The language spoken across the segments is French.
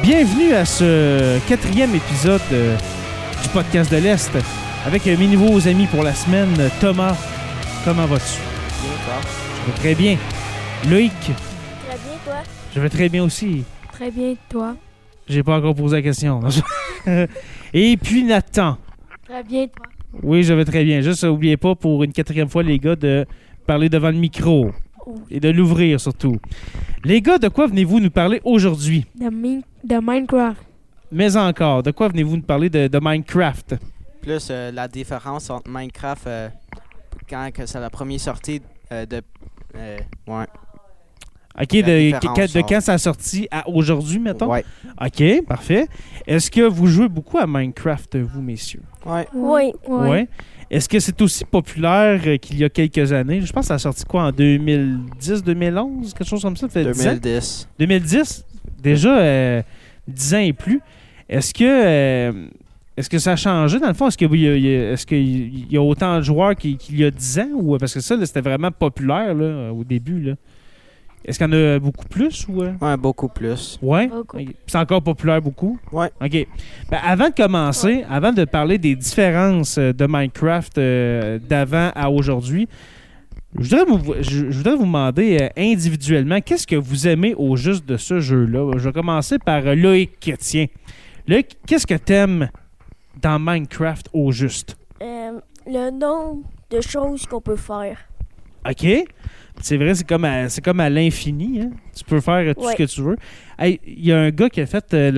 Bienvenue à ce 4e épisode du podcast de l'Est avec mes nouveaux amis pour la semaine. Thomas, comment vas-tu? Bien, toi? Je vais très bien. Loïc? Très bien, toi? Je vais très bien aussi. Très bien, toi? J'ai pas encore posé la question. Et puis Nathan? Très bien, toi? Oui, je vais très bien. Juste, n'oubliez pas pour une 4e fois, les gars, de parler devant le micro. Et de l'ouvrir surtout. Les gars, de quoi venez-vous nous parler aujourd'hui? De Minecraft. Mais encore, de quoi venez-vous nous parler de Minecraft? Plus la différence entre Minecraft quand que c'est la première sortie de... ouais. OK, de quand ça a sorti à aujourd'hui, mettons? Ouais. OK, parfait. Est-ce que vous jouez beaucoup à Minecraft, vous, messieurs? Ouais. Oui. Ouais. Est-ce que c'est aussi populaire qu'il y a quelques années? Je pense que ça a sorti quoi, en 2010, 2011? Quelque chose comme ça? Ça fait 10 ans? 2010. 2010? Déjà 10 ans et plus. Est-ce que ça a changé, dans le fond? Est-ce qu'il y a autant de joueurs qu'il y a 10 ans? Ou, parce que ça, là, c'était vraiment populaire là, au début. Là. Est-ce qu'il y en a beaucoup plus? Ou, Ouais, beaucoup plus. Ouais? Beaucoup. Okay. C'est encore populaire beaucoup? Ouais. OK. Ben, avant de commencer, avant de parler des différences de Minecraft d'avant à aujourd'hui, je voudrais vous demander individuellement, qu'est-ce que vous aimez au juste de ce jeu-là? Je vais commencer par Loïc. Tiens. Loïc, qu'est-ce que t'aimes dans Minecraft au juste? Le nombre de choses qu'on peut faire. OK. C'est vrai, c'est comme à l'infini. Hein? Tu peux faire tout ce que tu veux. Hey, il y a un gars qui a fait pas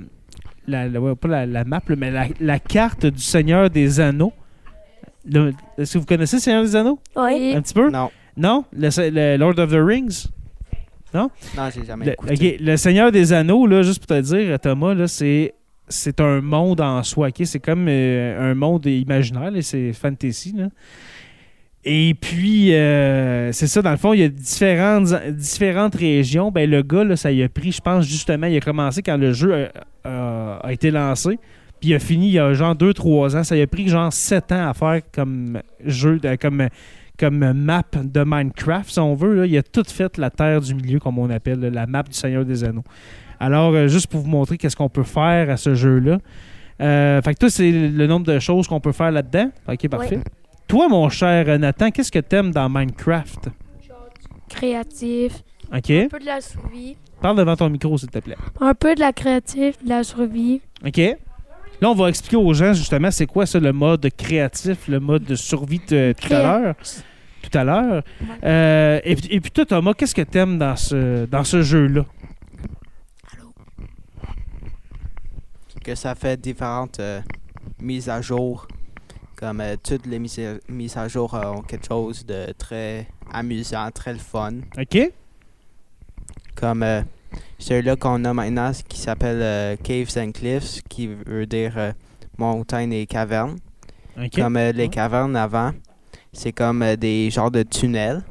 la map, mais la carte du Seigneur des Anneaux. Est-ce que vous connaissez le Seigneur des Anneaux? Oui. Un petit peu? Non. Non? Le Lord of the Rings? Non? Non, j'ai jamais écouté. OK. Le Seigneur des Anneaux, là, juste pour te dire, Thomas, là, c'est un monde en soi. OK? C'est comme un monde imaginaire. Là, c'est fantasy. Là. Et puis, c'est ça, dans le fond, il y a différentes régions. Ben, le gars, là, ça y a pris, je pense, justement, il a commencé quand le jeu a été lancé. Puis il a fini il y a genre 2-3 ans. Ça y a pris genre 7 ans à faire comme jeu, comme map de Minecraft, si on veut. Là. Il a tout fait la Terre du Milieu, comme on appelle, là, la map du Seigneur des Anneaux. Alors, juste pour vous montrer qu'est-ce qu'on peut faire à ce jeu-là. Fait que toi, c'est le nombre de choses qu'on peut faire là-dedans. OK, parfait. Oui. Toi, mon cher Nathan, qu'est-ce que t'aimes dans Minecraft? Créatif. OK. Un peu de la survie. Parle devant ton micro, s'il te plaît. Un peu de la créatif, de la survie. OK. Là, on va expliquer aux gens, justement, c'est quoi ça, le mode créatif, le mode de survie tout à l'heure. Et puis toi, Thomas, qu'est-ce que t'aimes dans ce jeu-là? Que ça fait différentes mises à jour. Comme toutes les mises à jour ont quelque chose de très amusant, très le fun. OK. Comme celui-là qu'on a maintenant qui s'appelle Caves and Cliffs, qui veut dire montagnes et cavernes. OK. Comme les cavernes avant, c'est comme des genres de tunnels.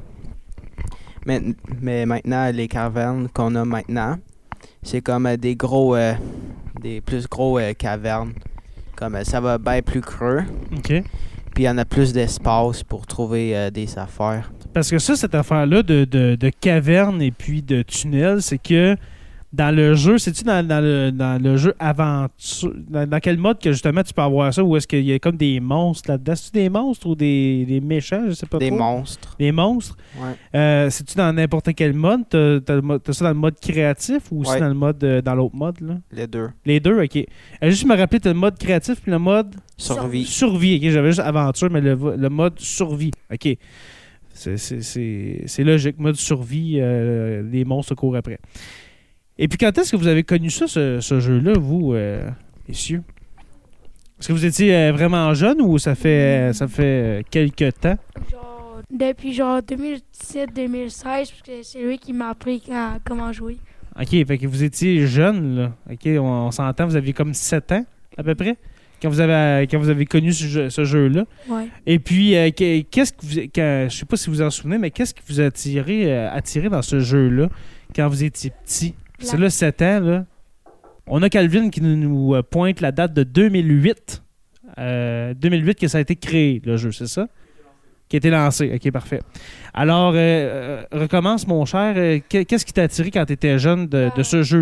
Mais maintenant, les cavernes qu'on a maintenant, c'est comme des plus gros cavernes. Comme ça va bien plus creux. OK. Puis il y en a plus d'espace pour trouver des affaires. Parce que ça, cette affaire-là de caverne et puis de tunnel, c'est que dans le jeu, c'est-tu dans le jeu aventure? Dans quel mode que justement tu peux avoir ça? Ou est-ce qu'il y a comme des monstres là-dedans? C'est-tu des monstres ou des méchants? Je sais pas trop. Des monstres. Des monstres? Ouais. C'est-tu dans n'importe quel mode? T'as ça dans le mode créatif ou aussi dans le mode dans l'autre mode? Là? Les deux. Les deux, OK. Juste me rappeler, t'as le mode créatif puis le mode... Survie. Survie, OK. J'avais juste aventure, mais le mode survie. OK. C'est logique. Mode survie, les monstres courent après. Et puis, quand est-ce que vous avez connu ça, ce jeu-là, vous, messieurs? Est-ce que vous étiez vraiment jeune ou ça fait quelques temps? Depuis 2017-2016, parce que c'est lui qui m'a appris comment jouer. OK, fait que vous étiez jeune, là. OK, on s'entend, vous aviez comme 7 ans, à peu près, quand vous avez connu ce jeu-là. Ouais. Et puis, qu'est-ce que je sais pas si vous en souvenez, mais qu'est-ce qui vous a attiré dans ce jeu-là quand vous étiez petit? C'est là, 7 ans, là. On a Calvin qui nous pointe la date de 2008. 2008 que ça a été créé, le jeu, c'est ça? Qui a été lancé. OK, parfait. Alors, recommence, mon cher. Qu'est-ce qui t'a attiré quand tu étais jeune de ce jeu-là? La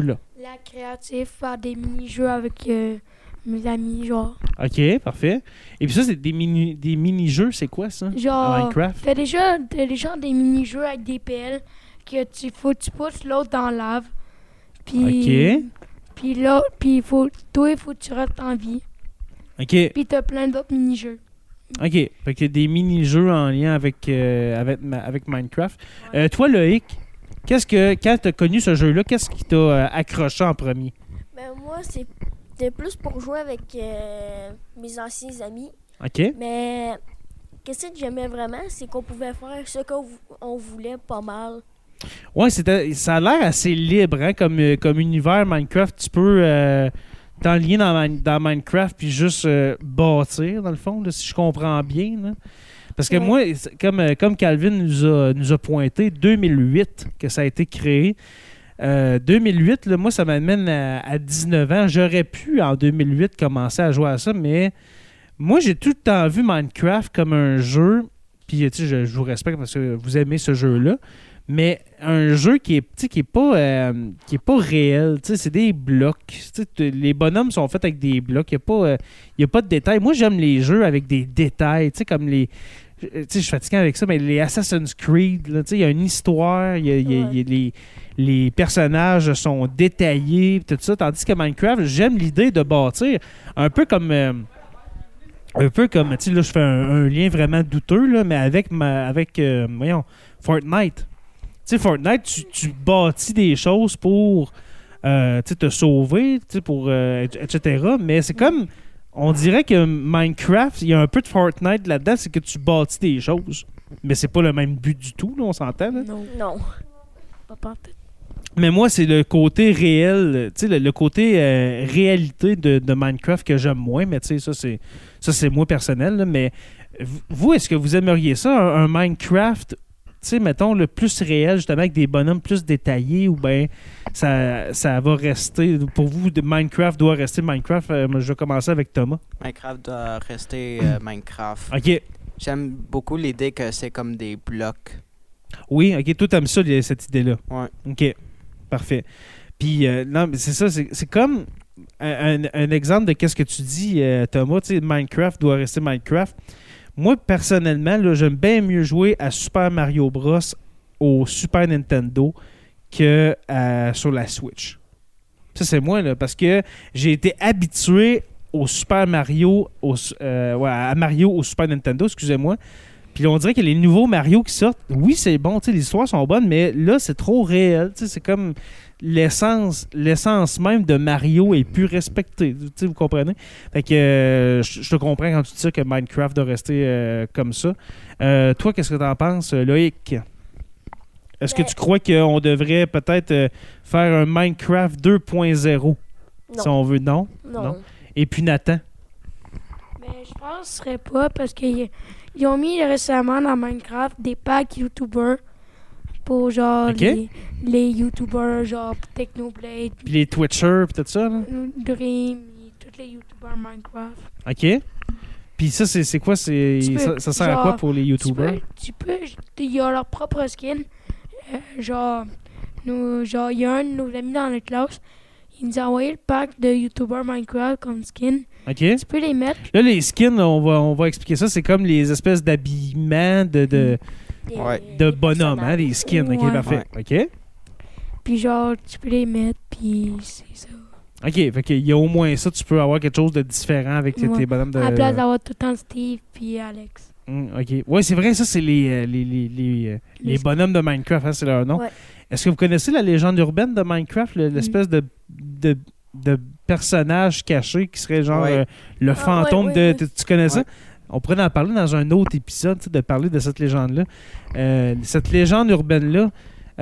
lien créatif, faire des mini-jeux avec mes amis, genre. OK, parfait. Et puis ça, c'est des mini-jeux, c'est quoi ça? Genre, À Minecraft? t'as déjà des mini-jeux avec des pelles que tu pousses l'autre dans la lave. Puis, puis là, il faut que tu restes en vie. OK. Puis t'as plein d'autres mini-jeux. OK. Fait que des mini-jeux en lien avec Minecraft. Toi, Loïc, quand tu as connu ce jeu-là, qu'est-ce qui t'a accroché en premier? Ben, moi, c'était plus pour jouer avec mes anciens amis. OK. Mais qu'est-ce que j'aimais vraiment, c'est qu'on pouvait faire ce qu'on voulait pas mal. Ouais, ça a l'air assez libre, hein, comme univers Minecraft. Tu peux t'enligner dans Minecraft puis juste bâtir, dans le fond, là, si je comprends bien. Là. Parce que moi, comme Calvin nous a pointé, 2008 que ça a été créé. 2008, là, moi, ça m'amène à 19 ans. J'aurais pu, en 2008, commencer à jouer à ça, mais moi, j'ai tout le temps vu Minecraft comme un jeu, puis je vous respecte parce que vous aimez ce jeu-là, mais un jeu qui est pas réel. C'est des blocs. Les bonhommes sont faits avec des blocs. Il n'y a pas de détails. Moi, j'aime les jeux avec des détails, comme les... je suis fatigué avec ça, mais les Assassin's Creed, il y a une histoire, les personnages sont détaillés, tout ça. Tandis que Minecraft, j'aime l'idée de bâtir un peu comme là, je fais un lien vraiment douteux, là, mais avec Fortnite. Fortnite, tu bâtis des choses pour te sauver, etc. Mais c'est comme... On dirait que Minecraft, il y a un peu de Fortnite là-dedans, c'est que tu bâtis des choses. Mais c'est pas le même but du tout, là, on s'entend. Là. Non. Pas pantoute. Mais moi, c'est le côté réel, le côté réalité de Minecraft que j'aime moins. Mais ça, c'est moi personnel. Là. Mais vous, est-ce que vous aimeriez ça, un Minecraft, mettons, le plus réel, justement, avec des bonhommes plus détaillés, ou bien ça va rester, pour vous, Minecraft doit rester Minecraft? Je vais commencer avec Thomas. Minecraft doit rester Minecraft. OK. J'aime beaucoup l'idée que c'est comme des blocs. Oui, OK. Toi, t'aimes ça, cette idée-là? Ouais. OK. Parfait. Puis, non, mais c'est ça, c'est comme un exemple de qu'est-ce que tu dis, Thomas. Minecraft doit rester Minecraft. Moi, personnellement, là, j'aime bien mieux jouer à Super Mario Bros. Au Super Nintendo que sur la Switch. Ça, c'est moi, là, parce que j'ai été habitué au Super Mario, à Mario au Super Nintendo, excusez-moi. Puis là, on dirait que les nouveaux Mario qui sortent, oui, c'est bon, les histoires sont bonnes, mais là, c'est trop réel. C'est comme l'essence même de Mario est plus respectée. Vous comprenez? Fait que je te comprends quand tu dis ça que Minecraft doit rester comme ça. Toi, qu'est-ce que tu en penses, Loïc? Est-ce que tu crois qu'on devrait peut-être faire un Minecraft 2.0? Si on veut, non? Et puis Nathan? Mais je pense que ce serait pas parce qu'ils ont mis récemment dans Minecraft des packs YouTubers pour genre les YouTubers genre Technoblade. Puis les Twitchers, puis tout ça, là? Dream, et tous les YouTubers Minecraft. OK. Puis ça, c'est quoi? Ça sert à quoi pour les YouTubers? Ils ont leur propre skin. Il y a un de nos amis dans la classe, il nous a envoyé le pack de YouTubers Minecraft comme skin. OK. Tu peux les mettre. Là, les skins, là, on va expliquer ça. C'est comme les espèces d'habillements de bonhommes, hein, les skins. OK, parfait. OK. Puis genre, tu peux les mettre, puis c'est ça. OK, fait qu'il y a au moins ça. Tu peux avoir quelque chose de différent avec tes bonhommes de... À la place d'avoir tout le temps Steve puis Alex. OK. Ouais, c'est vrai, ça, c'est les bonhommes de Minecraft, hein, c'est leur nom. Ouais. Est-ce que vous connaissez la légende urbaine de Minecraft, l'espèce de personnage caché qui serait genre le fantôme de... Tu connais ça? On pourrait en parler dans un autre épisode, de parler de cette légende-là. Cette légende urbaine-là,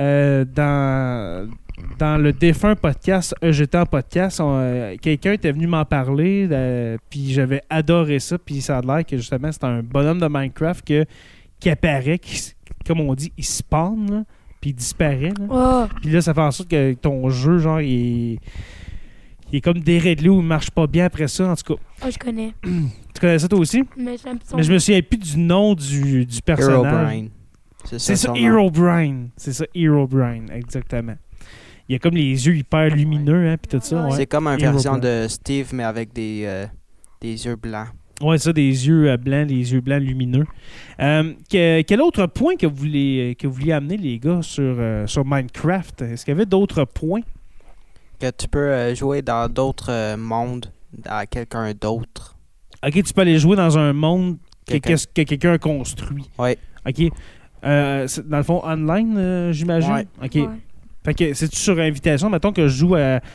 dans le défunt podcast EGT podcast, quelqu'un était venu m'en parler, puis j'avais adoré ça, puis ça a l'air que justement c'est un bonhomme de Minecraft qui apparaît, comme on dit, il spawn, là, puis il disparaît. Puis là, ça fait en sorte que ton jeu, genre, il est comme déréglé ou il marche pas bien après ça, en tout cas. Je connais. Tu connais ça toi aussi? Mais je me souviens plus du nom du personnage. Herobrine. C'est ça, Herobrine. C'est ça, Herobrine, exactement. il a comme les yeux hyper lumineux, hein, puis tout ça. Ouais. Ouais. C'est comme une Hero version Blanc. de Steve, mais avec des yeux blancs. Ouais, ça, des yeux blancs, les yeux blancs lumineux. Quel autre point que vous vouliez amener, les gars, sur Minecraft? Est-ce qu'il y avait d'autres points? Que tu peux jouer dans d'autres mondes à quelqu'un d'autre. OK, tu peux aller jouer dans un monde que Quelqu'un. quelqu'un a construit. Ouais. OK. C'est dans le fond, online, j'imagine? Ouais. OK. Ouais. Fait que c'est-tu sur invitation? Mettons que je joue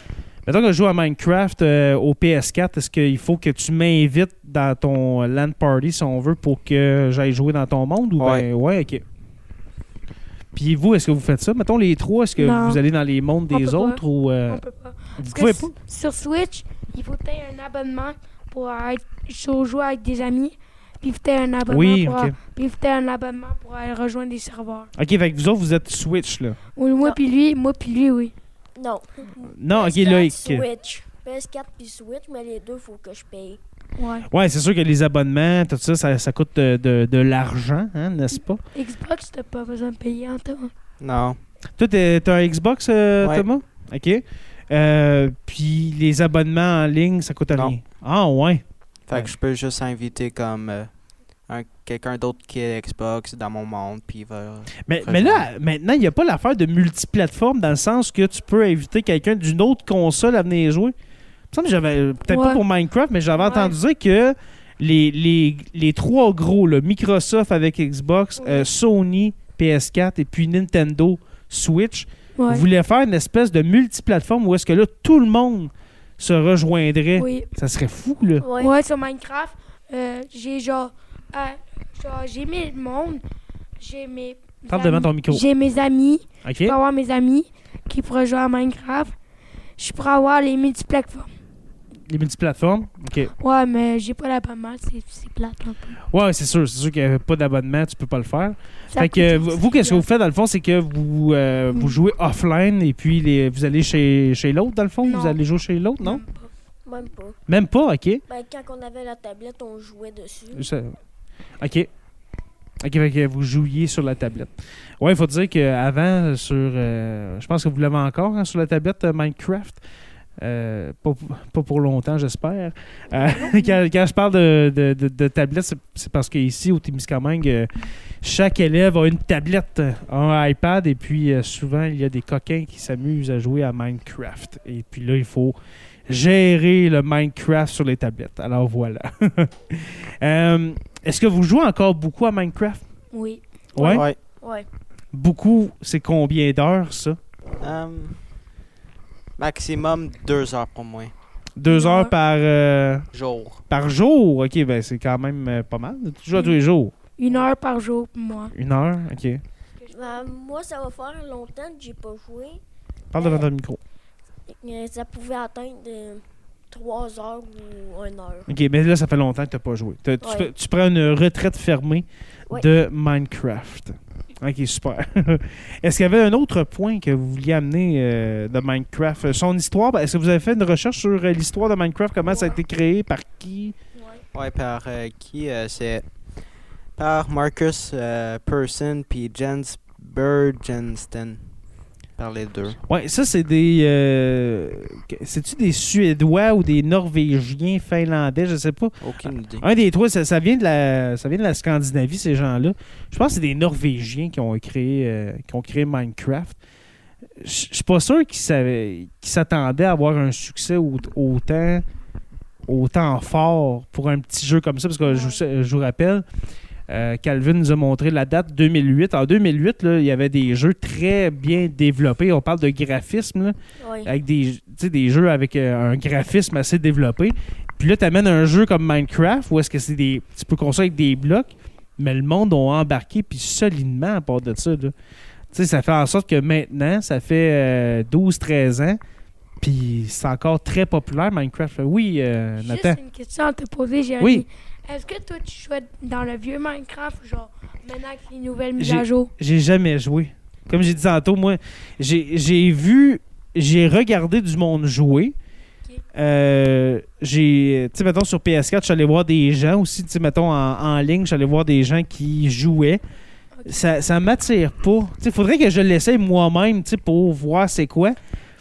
à Minecraft au PS4, est-ce qu'il faut que tu m'invites dans ton LAN party, si on veut, pour que j'aille jouer dans ton monde? Ou Ouais. ouais, OK. Puis vous, est-ce que vous faites ça? Mettons les trois, est-ce que Non. vous allez dans les mondes On des peut pas. autres? Ou On peut pas. vous Parce pouvez que pas? sur Switch, il faut que tu aies un abonnement pour jouer avec des amis. Puis il faut que tu aies un abonnement Oui, pour, OK. puis il faut que tu aies un abonnement pour aller rejoindre des serveurs. OK, fait que vous autres, vous êtes Switch, là. Oui, moi Non. puis lui, oui. Non. Non, OK, PS4, là... Switch. PS4 puis Switch, mais les deux, faut que je paye. Ouais. Ouais, c'est sûr que les abonnements, tout ça, ça coûte de l'argent, hein, n'est-ce pas? Xbox, t'as pas besoin de payer en temps. Non. Toi, t'as un Xbox, Ouais. Thomas? OK. Puis les abonnements en ligne, ça coûte Non. rien. Ah, ouais. Fait que je peux juste inviter comme quelqu'un d'autre qui est Xbox dans mon monde, puis il va... Mais là, maintenant, il n'y a pas l'affaire de multiplateforme dans le sens que tu peux inviter quelqu'un d'une autre console à venir jouer. Il me semble que j'avais, peut-être pas Ouais. pour Minecraft, mais j'avais Ouais. entendu dire que les trois gros, là, Microsoft avec Xbox, Oui. Sony, PS4 et puis Nintendo Switch, Ouais. voulaient faire une espèce de multiplateforme où est-ce que là, tout le monde se rejoindrait. Oui. Ça serait fou, là. Ouais. Ouais, sur Minecraft, j'ai j'ai mes mondes, Parle devant ton micro. j'ai mes amis, OK? je peux avoir mes amis qui pourraient jouer à Minecraft. Je pourrais avoir les multiplateformes. Les multiplateformes? OK. Ouais, mais j'ai pas l'abonnement, c'est plate un peu. Ouais, c'est sûr qu'il n'y a pas d'abonnement, tu peux pas le faire. Ça Fait que coûte vous, qu'est-ce que vous faites dans le fond, c'est que vous jouez offline et puis vous allez chez l'autre dans le fond? Non. Vous allez jouer chez l'autre, non? Même pas. Même pas, OK. Ben, quand on avait la tablette, on jouait dessus. OK. OK, fait que vous jouiez sur la tablette. Ouais, il faut dire qu'avant, je pense que vous l'avez encore hein, sur la tablette Minecraft. Pas pour longtemps, j'espère. Quand je parle de tablette, c'est parce qu'ici, au Témiscamingue, chaque élève a une tablette, un iPad, et puis souvent, il y a des coquins qui s'amusent à jouer à Minecraft. Et puis là, il faut gérer le Minecraft sur les tablettes. Alors voilà. Est-ce que vous jouez encore beaucoup à Minecraft? Oui. Ouais? Ouais. Ouais. Beaucoup, c'est combien d'heures, ça? Maximum 2 heures pour moi. 2 heures Jour. par jour? OK, ben c'est quand même pas mal. Tu joues à tous les jours. 1 heure par jour pour moi. 1 heure? OK. Ben, moi, ça va faire longtemps que j'ai pas joué. Parle devant ton micro. Ça pouvait atteindre 3 heures ou 1 heure. OK, mais là, ça fait longtemps que tu n'as pas joué. Ouais. Tu prends une retraite fermée Ouais. de Minecraft. OK, super. Est-ce qu'il y avait un autre point que vous vouliez amener de Minecraft? Son histoire, est-ce que vous avez fait une recherche sur l'histoire de Minecraft? Comment ça a été créé? Par qui? Ouais, par qui? C'est par Marcus Persson puis Jens Bergensten. Par les deux. Ouais, ça, c'est c'est-tu des Suédois ou des Norvégiens, Finlandais? Je sais pas. Aucune idée. Un des trois, ça vient de la Scandinavie, ces gens-là. Je pense que c'est des Norvégiens qui ont créé Minecraft. Je suis pas sûr qu'ils s'attendaient à avoir un succès autant fort pour un petit jeu comme ça, parce que je vous rappelle, Calvin nous a montré la date 2008. En 2008, là, il y avait des jeux très bien développés. On parle de graphisme, là, Ouais. avec des jeux avec un graphisme assez développé. Puis là, tu amènes un jeu comme Minecraft, où est-ce que tu peux construire avec des blocs, mais le monde a embarqué, puis solidement à part de ça. Là. Ça fait en sorte que maintenant, ça fait 12-13 ans, puis c'est encore très populaire, Minecraft. Oui, Nathan. Juste une question à te poser, Jérémy. Oui. Est-ce que toi, tu jouais dans le vieux Minecraft, genre, maintenant avec les nouvelles mises à jour? J'ai jamais joué. Comme j'ai dit tantôt, moi, j'ai regardé du monde jouer. Ok. Tu sais, mettons, sur PS4, je suis allé voir des gens aussi, tu sais, mettons, en ligne, je suis allé voir des gens qui jouaient. Ok. Ça m'attire pas. Tu sais, faudrait que je l'essaye moi-même, tu sais, pour voir c'est quoi.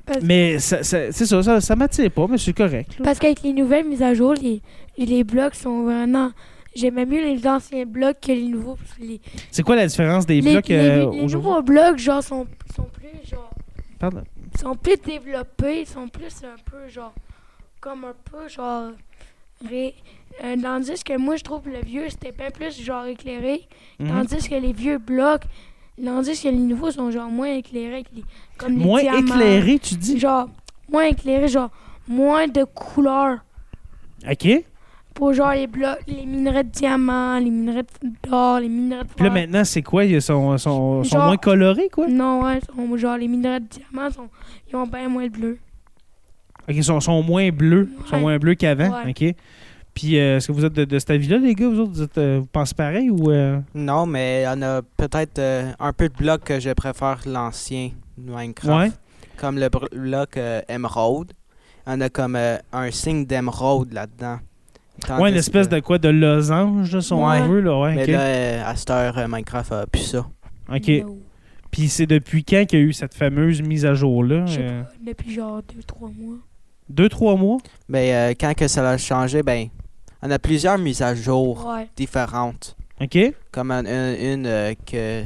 Mais c'est ça, ça m'attire pas, mais c'est correct. Là. Parce qu'avec les nouvelles mises à jour, les blocs sont vraiment... J'aimais mieux les anciens blocs que les nouveaux. C'est quoi la différence des blocs les aujourd'hui? nouveaux blocs, genre, sont plus, genre... Pardon? Sont plus développés, sont plus un peu, genre... Comme un peu, genre... Tandis que moi, je trouve que le vieux, c'était bien plus, genre, éclairé. Tandis que les vieux blocs... Tandis que les nouveaux sont, genre, moins éclairés. Comme les moins diamants. Éclairés, tu dis? Genre, moins éclairés, genre, moins de couleurs. OK. Pour genre les blocs, les minerais de diamant, les minerais d'or, les minerais de Puis là, fer. maintenant, c'est quoi? Ils sont Genre- moins colorés, quoi? Non, ouais, genre les minerais de diamant, ils ont bien moins de bleu. OK, ils sont moins bleus. Ils sont Ouais. moins bleus qu'avant. Ouais. OK. Puis, est-ce que vous êtes de cet avis-là, les gars? Vous autres, vous pensez pareil ou... Non, mais il y en a peut-être un peu de blocs que je préfère l'ancien Minecraft. Ouais. Comme le bloc émeraude. Il y en a comme un signe d'émeraude là-dedans. Tandis Ouais, une espèce que- de quoi? De losange, là, si on Ouais. veut, là. Ouais, Mais OK. là, à cette heure, Minecraft a plus ça. OK. No. Puis c'est depuis quand qu'il y a eu cette fameuse mise à jour-là? Je sais pas, depuis genre 2-3 mois. 2-3 mois? Mais quand que ça a changé, ben, on a plusieurs mises à jour Ouais. différentes. OK? Comme une que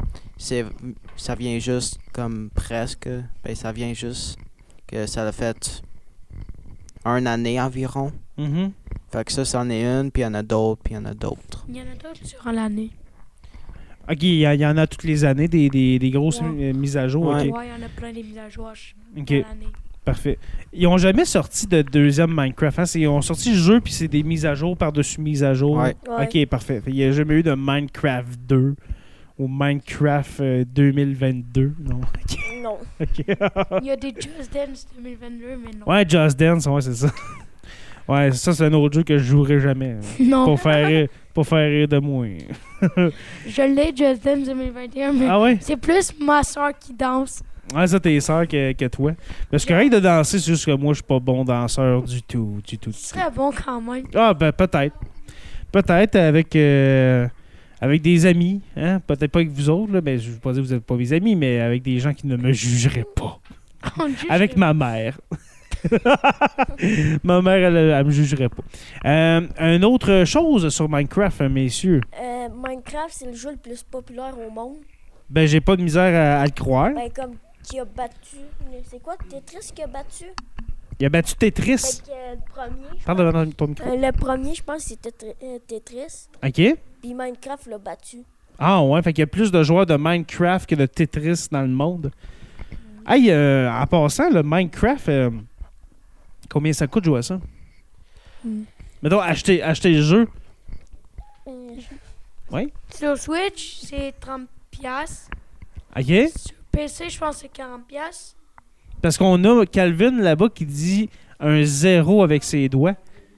ça vient juste comme presque, ben ça vient juste que ça a fait une année environ. Mhm. Fait que ça, c'en est une, puis il y en a d'autres, puis il y en a d'autres. Il y en a d'autres durant l'année. OK, il y en a toutes les années des grosses Ouais. mises à jour. Ouais. OK, Ouais, il y en a plein des mises à jour OK, dans l'année. parfait. Ils ont jamais sorti de deuxième Minecraft. Hein? Ils ont sorti le jeu, puis c'est des mises à jour par-dessus mises à jour. Ouais. Ouais. OK, parfait. Il n'y a jamais eu de Minecraft 2 ou Minecraft 2022. Non. Non. OK. Il y a des Just Dance 2022, mais non. Ouais, Just Dance, ouais, c'est ça. Ouais, ça, c'est un autre jeu que je jouerai jamais. Non. Pour faire rire de moi. Je l'ai Just Dance 2021, mais Ah ouais? c'est plus ma soeur qui danse. Ouais, ça, t'es sœur que toi. Mais c'est correct de danser, c'est juste que moi, je suis pas bon danseur du tout. Ce serait bon quand même. Ah, ben, peut-être. Peut-être avec des amis. Hein? Peut-être pas avec vous autres, là, mais je ne veux pas dire que vous n'êtes pas mes amis, mais avec des gens qui ne me jugeraient pas. On le juge. Avec ma mère. Ma mère, elle me jugerait pas. Une autre chose sur Minecraft, messieurs. Minecraft, c'est le jeu le plus populaire au monde. Ben, j'ai pas de misère à le croire. Ben, comme qui a battu. C'est quoi Tetris qui a battu? Il a battu Tetris. Fait que le premier. Parle devant ton micro. Le premier, je pense, c'était Tetris. OK. Puis Minecraft l'a battu. Ah ouais, fait qu'il y a plus de joueurs de Minecraft que de Tetris dans le monde. Hey, en passant, le Minecraft, combien ça coûte de jouer à ça? Mettons, acheter le jeu. Sur Switch, c'est 30$. OK? Sur PC, je pense que c'est 40$. Parce qu'on a Calvin là-bas qui dit un 0 avec ses doigts.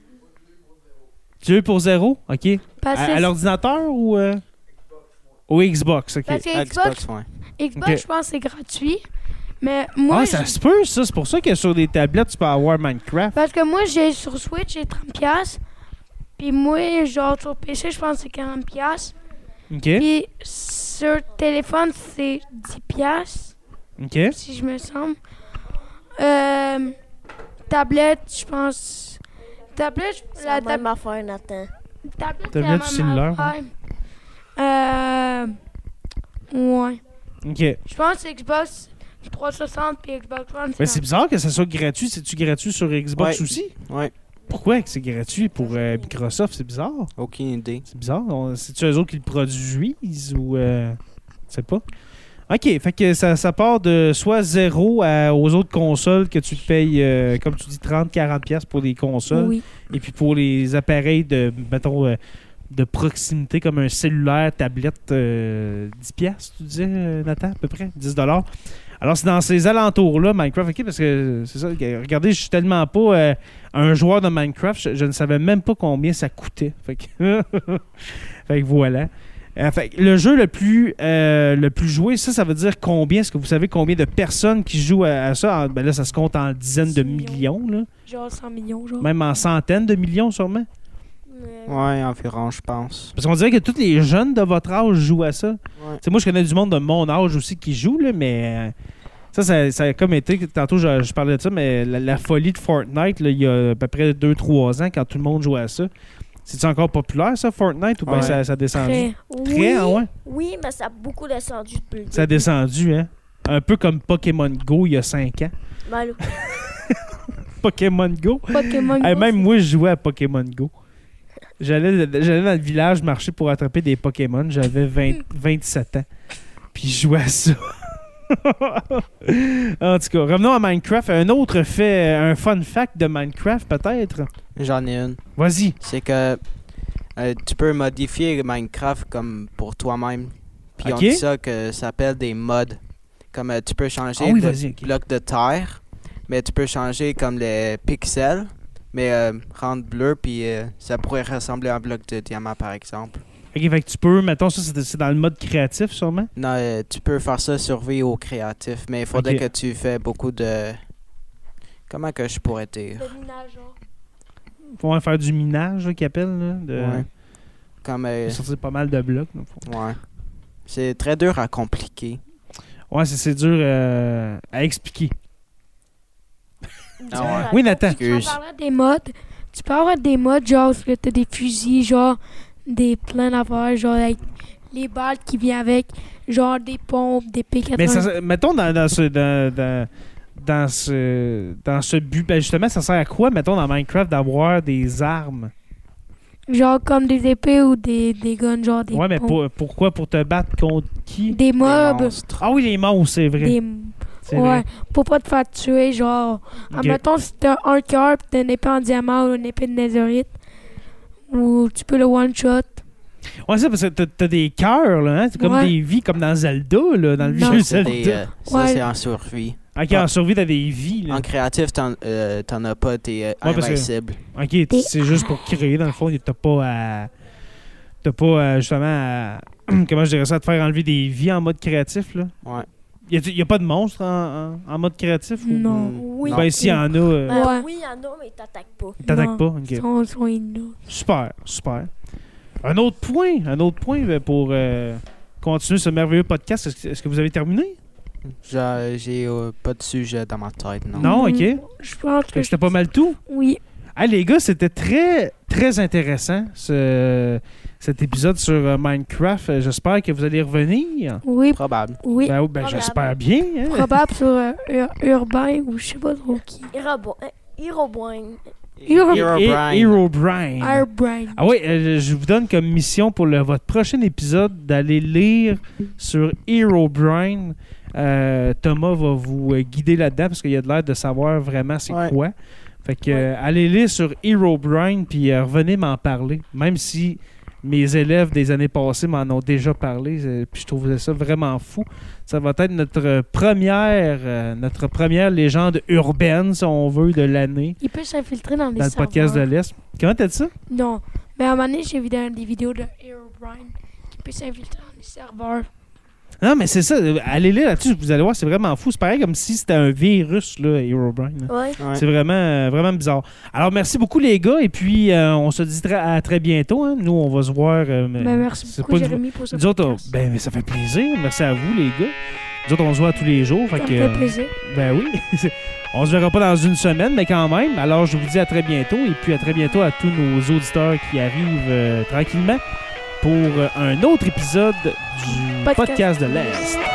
Tu veux pour 0? OK. Parce que, À l'ordinateur ou au Xbox? OK. parce que Xbox, ouais. Xbox Ok. je pense que c'est gratuit. Mais moi, Ah, ça se peut, ça. C'est pour ça que sur des tablettes, tu peux avoir Minecraft. parce que moi, j'ai sur Switch, j'ai 30$. Puis moi, genre sur PC, je pense que c'est 40$. OK. Puis sur téléphone, c'est 10$, OK. si je me semble. Tablette, je pense. Tablette, C'est la la même affaire, Nathan. tablette, c'est Tablette la du même cellulaire, affaire. Ouais. OK. Je pense que c'est Xbox 360 puis Xbox One. Mais c'est bizarre que ça soit gratuit. C'est-tu gratuit sur Xbox Ouais. aussi? Ouais. Pourquoi que c'est gratuit pour Microsoft? C'est bizarre. Aucune idée. C'est bizarre. C'est-tu eux autres qui le produisent ou... Je sais pas. OK, fait que ça part de soit 0 aux autres consoles que tu te payes, comme tu dis, 30-40$ pour des consoles. Oui. Et puis pour les appareils de, mettons, de proximité comme un cellulaire, tablette, 10$, tu disais, Nathan, à peu près, 10$. Alors, c'est dans ces alentours-là, Minecraft, OK, parce que c'est ça, regardez, je suis tellement pas un joueur de Minecraft, je ne savais même pas combien ça coûtait. Fait que, fait que voilà. Fait que le jeu le plus joué, ça veut dire combien? Est-ce que vous savez combien de personnes qui jouent à ça? Ben là, ça se compte en dizaines de 100 millions. millions, là. Genre 100 millions, genre. Même en centaines de millions, sûrement. Ouais, environ, je pense. Parce qu'on dirait que tous les jeunes de votre âge jouent à ça. Ouais. Tu sais, moi, je connais du monde de mon âge aussi qui joue, là, mais Ça a comme été, tantôt je parlais de ça, mais la folie de Fortnite, là, il y a à peu près 2-3 ans, quand tout le monde jouait à ça. C'est-tu encore populaire, ça, Fortnite, ou bien ça a descendu? Très, ah ouais? Oui, mais ça a beaucoup descendu depuis. Ça a descendu, hein? Un peu comme Pokémon Go il y a 5 ans. Mal. Pokémon Go? Pokémon Go, Même moi, je jouais à Pokémon Go. J'allais dans le village marcher pour attraper des Pokémon. J'avais 27 ans. Puis je jouais à ça. En tout cas, revenons à Minecraft. Un autre fait, un fun fact de Minecraft, peut-être? J'en ai une. Vas-y. C'est que tu peux modifier Minecraft comme pour toi-même. Puis on dit ça que ça s'appelle des mods. Comme tu peux changer le bloc de terre, mais tu peux changer comme les pixels, mais rendre bleu, puis ça pourrait ressembler à un bloc de diamant, par exemple. Ok, fait que tu peux, mettons, ça c'est dans le mode créatif, sûrement? Non, tu peux faire ça sur vie au créatif, mais il faudrait que tu fais beaucoup de... Comment que je pourrais dire? De minage, genre. Faut faire du minage, qu'ils appellent, là. Ouais. Comme... sortir pas mal de blocs. Ouais. C'est très dur à compliquer. Ouais, c'est dur à expliquer. Ah ouais. Oui, Nathan. Tu parlais des mods. Tu peux avoir des mods, genre, que t'as des fusils, genre, plein d'affaires, genre, avec les balles qui viennent avec, genre, des pompes, des pics. Mais mettons, dans ce but, ben justement, ça sert à quoi, mettons, dans Minecraft, d'avoir des armes? Genre, comme des épées ou des guns, genre, des ouais, mais pourquoi? Pour te battre contre qui? Des mobs. Ah oui, les monstres, c'est vrai. Ouais, vrai. Pour pas te faire tuer, genre... Okay. Mettons, si t'as un cœur pis t'as une épée en diamant ou une épée de netherite, ou tu peux le one-shot. Ouais, c'est parce que t'as des cœurs, là, hein? C'est comme des vies, comme dans Zelda, là, dans le vieux Zelda. Ça, c'est en survie. Ok, en survie, t'as des vies, là. En créatif, t'en as pas, t'es invincible. Ok, c'est juste pour créer, dans le fond, t'as pas justement, à... comment je dirais ça, à te faire enlever des vies en mode créatif, là? Ouais. Il n'y a pas de monstres en mode créatif? Ou... Non. Oui. Ben, s'il y en a... Oui, il y en a, mais ils t'attaquent pas. Ils t'attaquent pas? OK. Super. Un autre point pour continuer ce merveilleux podcast. Est-ce que vous avez terminé? J'ai pas de sujet dans ma tête, non. Non, OK. Je pense que c'était pas mal tout? Oui. Hey, les gars, c'était très, très intéressant, cet épisode sur Minecraft. J'espère que vous allez revenir. Oui. Probable. Oui. Ben j'espère bien. Hein? Probable sur Urbain ou je sais pas trop qui. Herobrine. Herobrine. Ah oui, je vous donne comme mission pour votre prochain épisode d'aller lire sur Herobrine. Thomas va vous guider là-dedans parce qu'il a de l'air de savoir vraiment c'est quoi. Fait que allez lire sur Herobrine puis revenez m'en parler. Même si mes élèves des années passées m'en ont déjà parlé, puis je trouvais ça vraiment fou. Ça va être notre première légende urbaine, si on veut, de l'année. Il peut s'infiltrer dans les serveurs. Dans le podcast de l'Est. Comment t'as dit ça? Non. Mais à un moment donné, j'ai vu des vidéos de Herobrine qui peut s'infiltrer dans les serveurs. Non, mais c'est ça. Allez lire là-dessus, vous allez voir, c'est vraiment fou. C'est pareil comme si c'était un virus, là, Herobrine. Ouais. C'est vraiment bizarre. Alors, merci beaucoup, les gars. Et puis, on se dit à très bientôt. Hein. Nous, on va se voir. Merci beaucoup, Jérémy, pour ce podcast. Mais ça fait plaisir. Merci à vous, les gars. Nous autres, on se voit tous les jours. Ça me fait plaisir. Ben oui. On se verra pas dans une semaine, mais quand même. Alors, je vous dis à très bientôt. Et puis, à très bientôt à tous nos auditeurs qui arrivent tranquillement pour un autre épisode du podcast de l'Est.